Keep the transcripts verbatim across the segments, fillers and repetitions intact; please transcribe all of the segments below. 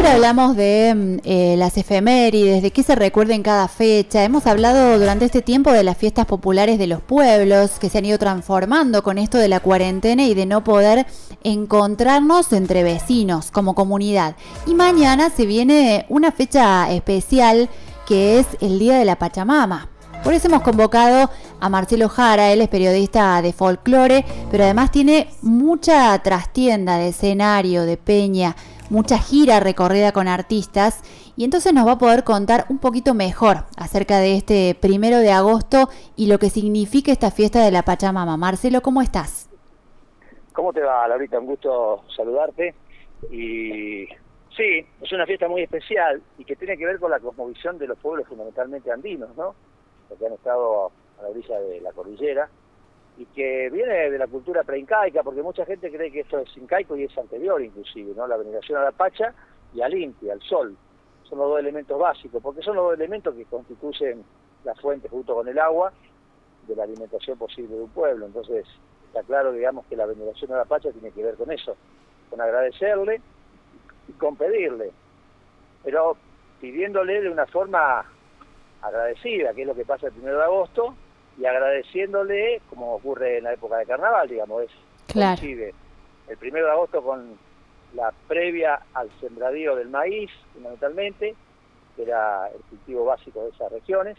Siempre hablamos de eh, las efemérides, de qué se recuerda en cada fecha. Hemos hablado durante este tiempo de las fiestas populares de los pueblos que se han ido transformando con esto de la cuarentena y de no poder encontrarnos entre vecinos como comunidad. Y mañana se viene una fecha especial que es el Día de la Pachamama. Por eso hemos convocado a Marcelo Jara. Él es periodista de folclore, pero además tiene mucha trastienda de escenario, de peña, mucha gira recorrida con artistas, y entonces nos va a poder contar un poquito mejor acerca de este primero de agosto y lo que significa esta fiesta de la Pachamama. Marcelo, ¿cómo estás? ¿Cómo te va, Laurita? Un gusto saludarte. Y sí, es una fiesta muy especial y que tiene que ver con la cosmovisión de los pueblos fundamentalmente andinos, ¿no? Que han estado a la orilla de la cordillera y que viene de la cultura preincaica, porque mucha gente cree que esto es incaico y es anterior inclusive, ¿no? La veneración a la Pacha y al Inti, al Sol, son los dos elementos básicos, porque son los dos elementos que constituyen la fuente junto con el agua de la alimentación posible de un pueblo. Entonces está claro, digamos, que la veneración a la Pacha tiene que ver con eso, con agradecerle y con pedirle, pero pidiéndole de una forma agradecida, que es lo que pasa el primero de agosto, y agradeciéndole, como ocurre en la época de carnaval, digamos, es claro. Coincide el primero de agosto con la previa al sembradío del maíz, fundamentalmente, que era el cultivo básico de esas regiones,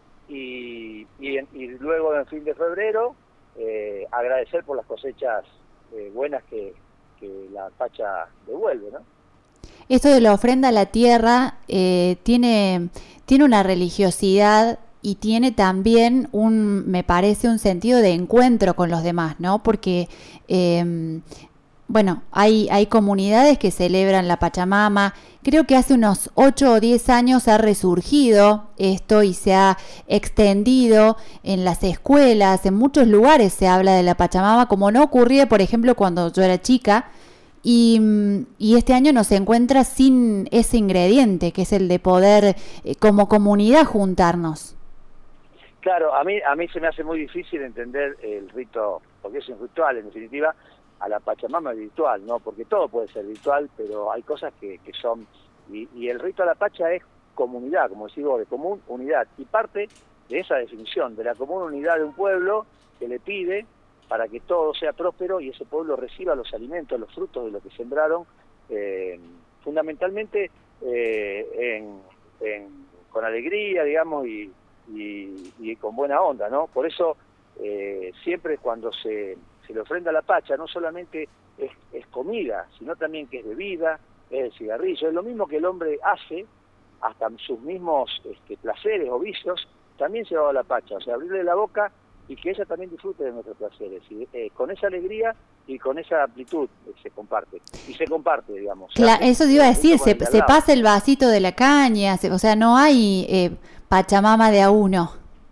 y, y, y luego en fin de febrero, eh, agradecer por las cosechas eh, buenas que, que la Pacha devuelve, ¿no? Esto de la ofrenda a la tierra eh, tiene, tiene una religiosidad y tiene también un, me parece, un sentido de encuentro con los demás, ¿no? Porque, eh, bueno, hay, hay comunidades que celebran la Pachamama. Creo que hace unos ocho o diez años ha resurgido esto y se ha extendido en las escuelas, en muchos lugares se habla de la Pachamama, como no ocurría, por ejemplo, cuando yo era chica. Y, y este año nos encuentra sin ese ingrediente, que es el de poder eh, como comunidad juntarnos. Claro, a mí a mí se me hace muy difícil entender el rito, porque es un ritual, en definitiva, a la Pachamama virtual, ¿no? Porque todo puede ser virtual, pero hay cosas que, que son... Y, y el rito a la Pacha es comunidad, como decís vos, de común unidad. Y parte de esa definición, de la común unidad de un pueblo que le pide para que todo sea próspero y ese pueblo reciba los alimentos, los frutos de lo que sembraron, eh, fundamentalmente eh, en, en, con alegría, digamos, y, y, y con buena onda, ¿no? Por eso eh, siempre cuando se, se le ofrenda a la Pacha, no solamente es, es comida, sino también que es bebida, es el cigarrillo, es lo mismo que el hombre hace, hasta sus mismos este, placeres o vicios, también se va a la Pacha, o sea, abrirle la boca y que ella también disfrute de nuestros placeres, y eh, con esa alegría y con esa amplitud eh, se comparte, y se comparte, digamos. Claro, eso te iba a decir, se, se pasa el vasito de la caña, se, o sea, no hay eh, Pachamama de a uno.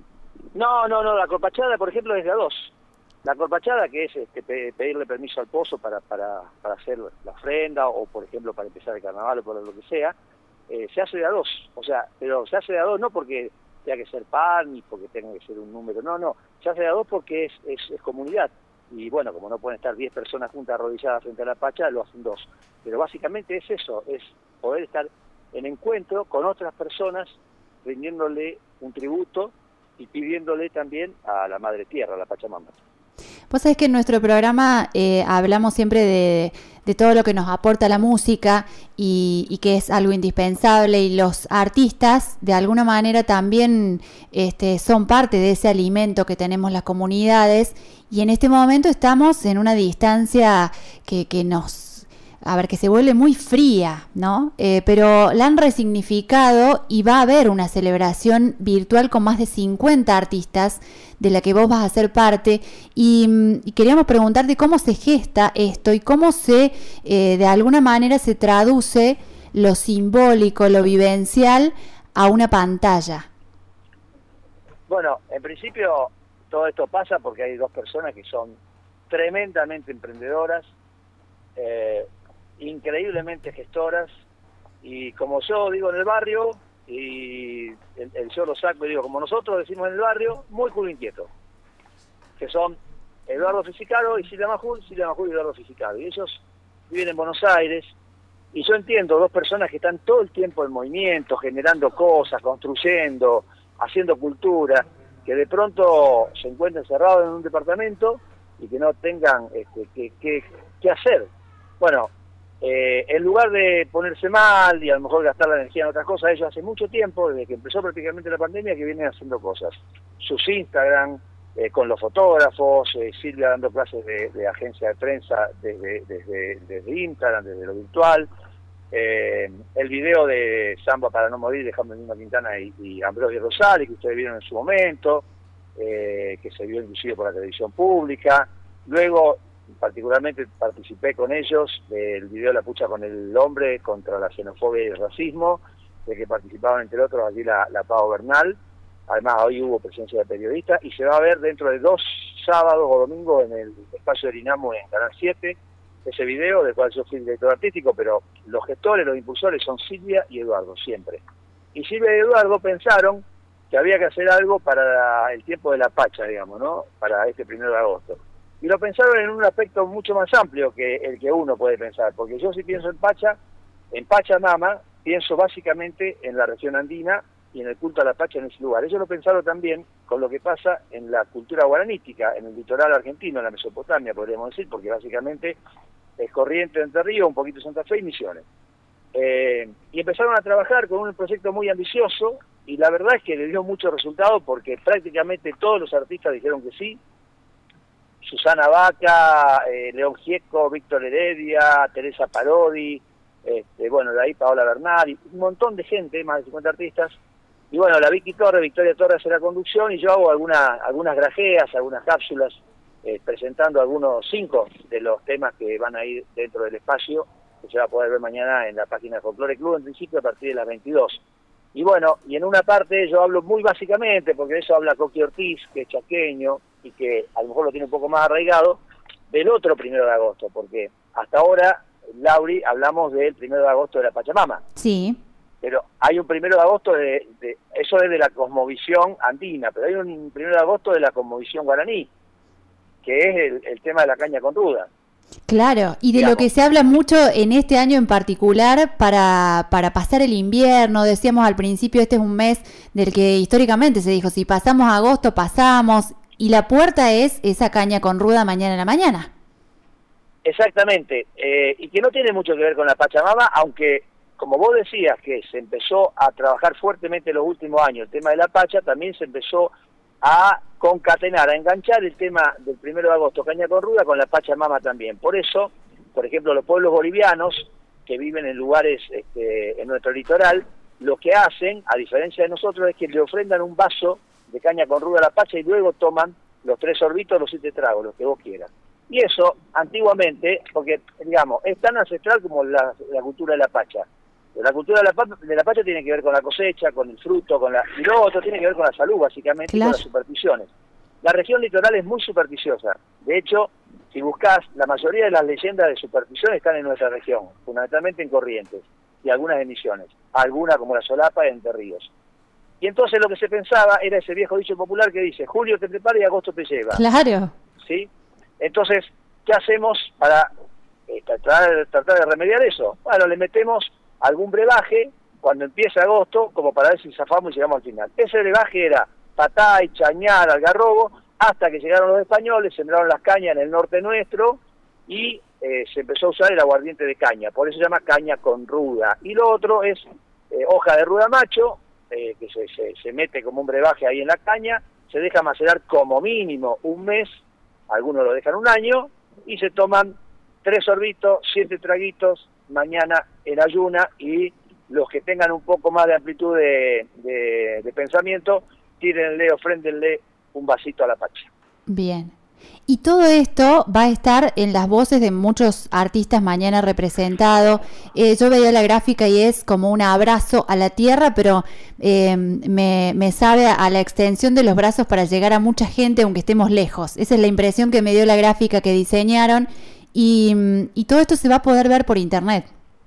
No, no, no, la corpachada, por ejemplo, es de a dos. La corpachada, que es este, pe pedirle permiso al pozo para, para, para hacer la ofrenda, o por ejemplo para empezar el carnaval o por lo que sea, eh, se hace de a dos, o sea, pero se hace de a dos no porque tenga que ser pan y porque tenga que ser un número, no, no, se hace de a dos porque es, es, es comunidad, y bueno, como no pueden estar diez personas juntas arrodilladas frente a la Pacha, lo hacen dos, pero básicamente es eso, es poder estar en encuentro con otras personas, rindiéndole un tributo y pidiéndole también a la Madre Tierra, a la Pachamama. Vos sabés que en nuestro programa eh, hablamos siempre de, de todo lo que nos aporta la música y, y que es algo indispensable, y los artistas de alguna manera también este, son parte de ese alimento que tenemos las comunidades, y en este momento estamos en una distancia que, que nos... a ver, que se vuelve muy fría, ¿no? Eh, pero la han resignificado y va a haber una celebración virtual con más de cincuenta artistas de la que vos vas a ser parte, y, y queríamos preguntarte cómo se gesta esto y cómo se, eh, de alguna manera se traduce lo simbólico, lo vivencial a una pantalla. Bueno, en principio todo esto pasa porque hay dos personas que son tremendamente emprendedoras, eh, increíblemente gestoras, y como yo digo en el barrio, y el, el yo lo saco y digo como nosotros decimos en el barrio, muy culo inquieto, que son Eduardo Fisicaro y Silvia Majul, Silvia Majul y Eduardo Fisicaro, y ellos viven en Buenos Aires, Y yo entiendo dos personas que están todo el tiempo en movimiento, generando cosas, construyendo, haciendo cultura, que de pronto se encuentren cerrados en un departamento y que no tengan este, que, que, que hacer. Bueno, eh, en lugar de ponerse mal y a lo mejor gastar la energía en otras cosas, ellos hace mucho tiempo, desde que empezó prácticamente la pandemia, que vienen haciendo cosas. Sus Instagram, eh, con los fotógrafos, eh, Silvia dando clases de, de agencia de prensa desde, desde, desde Instagram, desde lo virtual, eh, el video de Samba para no morir de Jaime Lima Quintana y, y Ambrosio Rosales, que ustedes vieron en su momento, eh, que se vio inclusive por la televisión pública. Luego, particularmente participé con ellos del video La Pucha con el Hombre contra la xenofobia y el racismo, de que participaban entre otros allí la, la Pau Bernal. Además hoy hubo presencia de periodistas y se va a ver dentro de dos sábados o domingos en el espacio de Dinamo en Canal siete ese video, del cual yo fui director artístico, pero los gestores, los impulsores son Silvia y Eduardo, siempre. Y Silvia y Eduardo pensaron que había que hacer algo para el tiempo de la Pacha, digamos, ¿no? Para este primero de agosto. Y lo pensaron en un aspecto mucho más amplio que el que uno puede pensar, porque yo si pienso en Pacha, en Pachamama, pienso básicamente en la región andina y en el culto a la Pacha en ese lugar. Ellos lo pensaron también con lo que pasa en la cultura guaranítica, en el litoral argentino, en la Mesopotamia, podríamos decir, porque básicamente es Corrientes, Entre Ríos, un poquito Santa Fe y Misiones. Eh, y empezaron a trabajar con un proyecto muy ambicioso, y la verdad es que le dio mucho resultado porque prácticamente todos los artistas dijeron que sí. Susana Vaca, eh, León Gieco, Víctor Heredia, Teresa Parodi, este, bueno, de ahí Paola Bernal, y un montón de gente, más de cincuenta artistas. Y bueno, la Vicky Torres, Victoria Torres hace la conducción y yo hago alguna, algunas grajeas, algunas cápsulas, eh, presentando algunos cinco de los temas que van a ir dentro del espacio, que se va a poder ver mañana en la página de Folklore Club, en principio a partir de las veintidós. Y bueno, y en una parte yo hablo muy básicamente, porque de eso habla Coqui Ortiz, que es chaqueño, y que a lo mejor lo tiene un poco más arraigado, del otro primero de agosto, porque hasta ahora, Lauri, hablamos del primero de agosto de la Pachamama. Sí. Pero hay un primero de agosto, de, de eso es de la cosmovisión andina, pero hay un primero de agosto de la cosmovisión guaraní, que es el, el tema de la caña con ruda. Claro, y de Digamos. lo que se habla mucho en este año en particular para, para pasar el invierno. Decíamos al principio, este es un mes del que históricamente se dijo, si pasamos agosto, pasamos, y la puerta es esa caña con ruda mañana en la mañana. Exactamente, eh, y que no tiene mucho que ver con la Pachamama, aunque, como vos decías, que se empezó a trabajar fuertemente en los últimos años el tema de la Pacha, también se empezó a concatenar, a enganchar el tema del primero de agosto, caña con ruda, con la Pachamama también. Por eso, por ejemplo, los pueblos bolivianos que viven en lugares este, en nuestro litoral, lo que hacen, a diferencia de nosotros, es que le ofrendan un vaso de caña con ruda a la Pacha y luego toman los tres sorbitos, los siete tragos, los que vos quieras. Y eso, antiguamente, porque, digamos, es tan ancestral como la, la cultura de la Pacha. La cultura de la, de la Pacha tiene que ver con la cosecha, con el fruto, con la y lo otro tiene que ver con la salud, básicamente, claro, y con las supersticiones. La región litoral es muy supersticiosa. De hecho, si buscás, la mayoría de las leyendas de superstición están en nuestra región, fundamentalmente en Corrientes, y algunas en Misiones, algunas como la Solapa y Entre Ríos. Y entonces lo que se pensaba era ese viejo dicho popular que dice, julio te prepara y agosto te lleva. Claro. ¿Sí? Entonces, ¿qué hacemos para eh, tratar, tratar de remediar eso? Bueno, le metemos algún brebaje cuando empieza agosto, como para ver si zafamos y llegamos al final. Ese brebaje era patay, chañar, algarrobo, hasta que llegaron los españoles, sembraron las cañas en el norte nuestro y eh, se empezó a usar el aguardiente de caña, por eso se llama caña con ruda. Y lo otro es eh, hoja de ruda macho, eh, que se, se, se mete como un brebaje ahí en la caña, se deja macerar como mínimo un mes, algunos lo dejan un año, y se toman tres sorbitos, siete traguitos, mañana en ayuna, y los que tengan un poco más de amplitud de, de, de pensamiento, tírenle, ofréndenle un vasito a la Pacha. Bien. Y todo esto va a estar en las voces de muchos artistas mañana representados. Eh, yo veía la gráfica y es como un abrazo a la tierra, pero eh, me, me sabe a la extensión de los brazos para llegar a mucha gente aunque estemos lejos. Esa es la impresión que me dio la gráfica que diseñaron. Y, y todo esto se va a poder ver por internet.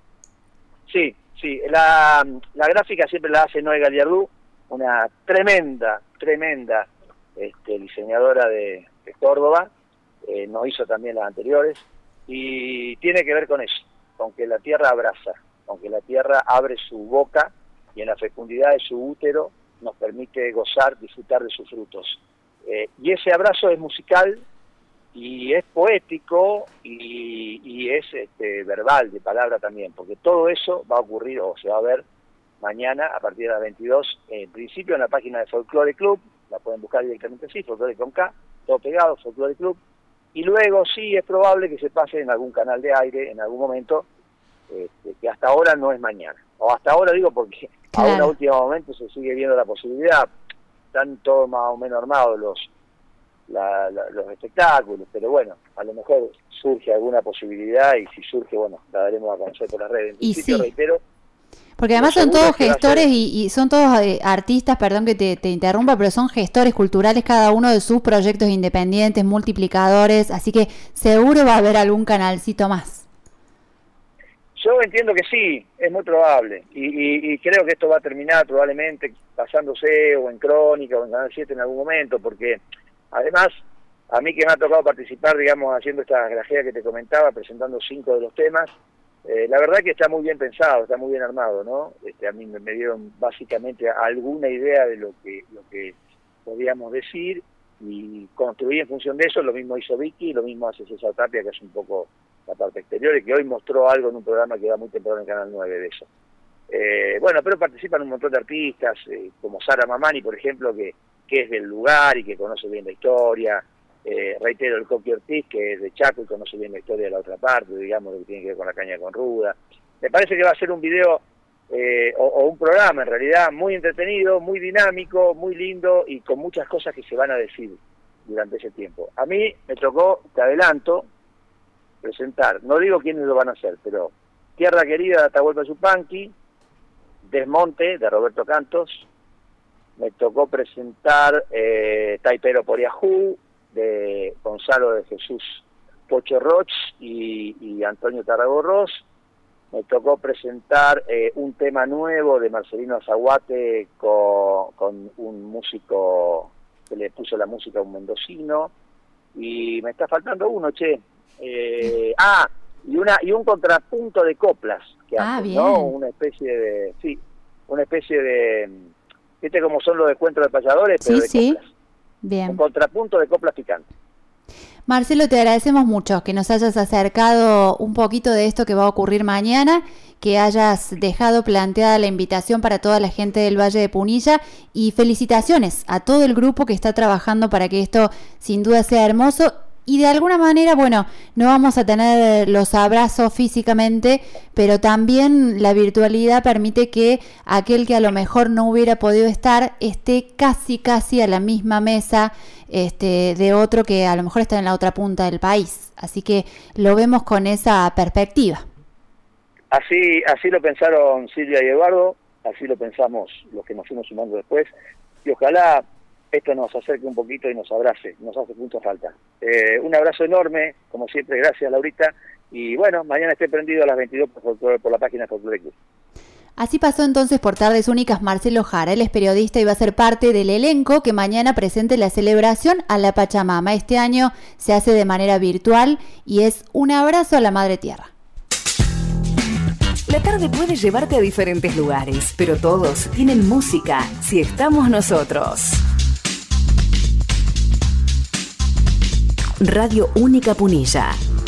Sí, sí. La, la gráfica siempre la hace Noé Gallardú, una tremenda, tremenda este, diseñadora de, de Córdoba. Eh, nos hizo también las anteriores. Y tiene que ver con eso. con que la tierra abraza, con que la tierra abre su boca y en la fecundidad de su útero nos permite gozar, disfrutar de sus frutos. Eh, y ese abrazo es musical y es poético y, y es este, verbal, de palabra también, porque todo eso va a ocurrir o se va a ver mañana a partir de las veintidós, en principio en la página de Folklore Club, la pueden buscar directamente así, Folklore con K, todo pegado, Folklore Club, y luego sí es probable que se pase en algún canal de aire en algún momento, este, que hasta ahora no es mañana, o hasta ahora digo porque claro. Aún a último momento se sigue viendo la posibilidad, están todos más o menos armados los, la, la, los espectáculos, pero bueno, a lo mejor surge alguna posibilidad y si surge, bueno, la daremos a conocer por las redes. En principio, sí. reitero, porque además son todos gestores y, y son todos eh, artistas, perdón que te, te interrumpa, pero son gestores culturales cada uno de sus proyectos independientes, multiplicadores, así que seguro va a haber algún canalcito más. Yo entiendo que sí, es muy probable, y, y, y creo que esto va a terminar probablemente pasándose o en Crónica o en Canal siete en algún momento, porque además a mí que me ha tocado participar, digamos, haciendo esta grajea que te comentaba, presentando cinco de los temas, Eh, la verdad que está muy bien pensado, está muy bien armado, ¿no? Este, a mí me, me dieron básicamente alguna idea de lo que lo que podíamos decir y construí en función de eso. Lo mismo hizo Vicky, lo mismo hace César Tapia, que es un poco la parte exterior y que hoy mostró algo en un programa que va muy temprano en Canal nueve de eso. Eh, bueno, pero participan un montón de artistas, eh, como Sara Mamani, por ejemplo, que, que es del lugar y que conoce bien la historia. Eh, reitero, el Coqui Ortiz, que es de Chaco y conoce bien la historia de la otra parte, digamos, lo que tiene que ver con la caña con ruda. Me parece que va a ser un video eh, o, o un programa, en realidad, muy entretenido, muy dinámico, muy lindo y con muchas cosas que se van a decir durante ese tiempo. A mí me tocó, te adelanto, presentar, no digo quiénes lo van a hacer, pero Tierra Querida de Atahualpa Yupanqui, Desmonte de Roberto Cantos, me tocó presentar eh, Taipero Poriajú, de Gonzalo de Jesús Pocho Roch y, y Antonio Tarragorros. Me tocó presentar eh, un tema nuevo de Marcelino Azaguate con, con un músico que le puso la música a un mendocino, y me está faltando uno, che. Eh, ah, y una y un contrapunto de coplas que ah, hacen, bien. ¿no? Una especie de, sí, una especie de, ¿viste cómo son los descuentos de payadores? Pero sí, de sí. coplas. Bien. Un contrapunto de coplas picantes. Marcelo, te agradecemos mucho que nos hayas acercado un poquito de esto que va a ocurrir mañana, que hayas dejado planteada la invitación para toda la gente del Valle de Punilla y felicitaciones a todo el grupo que está trabajando para que esto sin duda sea hermoso. Y de alguna manera, bueno, no vamos a tener los abrazos físicamente, pero también la virtualidad permite que aquel que a lo mejor no hubiera podido estar esté casi, casi a la misma mesa este, de otro que a lo mejor está en la otra punta del país. Así que lo vemos con esa perspectiva. Así, así lo pensaron Silvia y Eduardo, así lo pensamos los que nos fuimos sumando después, y ojalá esto nos acerque un poquito y nos abrace, nos hace mucha falta. Eh, un abrazo enorme, como siempre, gracias Laurita, y bueno, mañana esté prendido a las veintidós por, por la página de Folklore Club. Así pasó entonces por Tardes Únicas Marcelo Jara. Él es periodista y va a ser parte del elenco que mañana presente la celebración a la Pachamama. Este año se hace de manera virtual y es un abrazo a la Madre Tierra. La tarde puede llevarte a diferentes lugares, pero todos tienen música si estamos nosotros. Radio Única Punilla.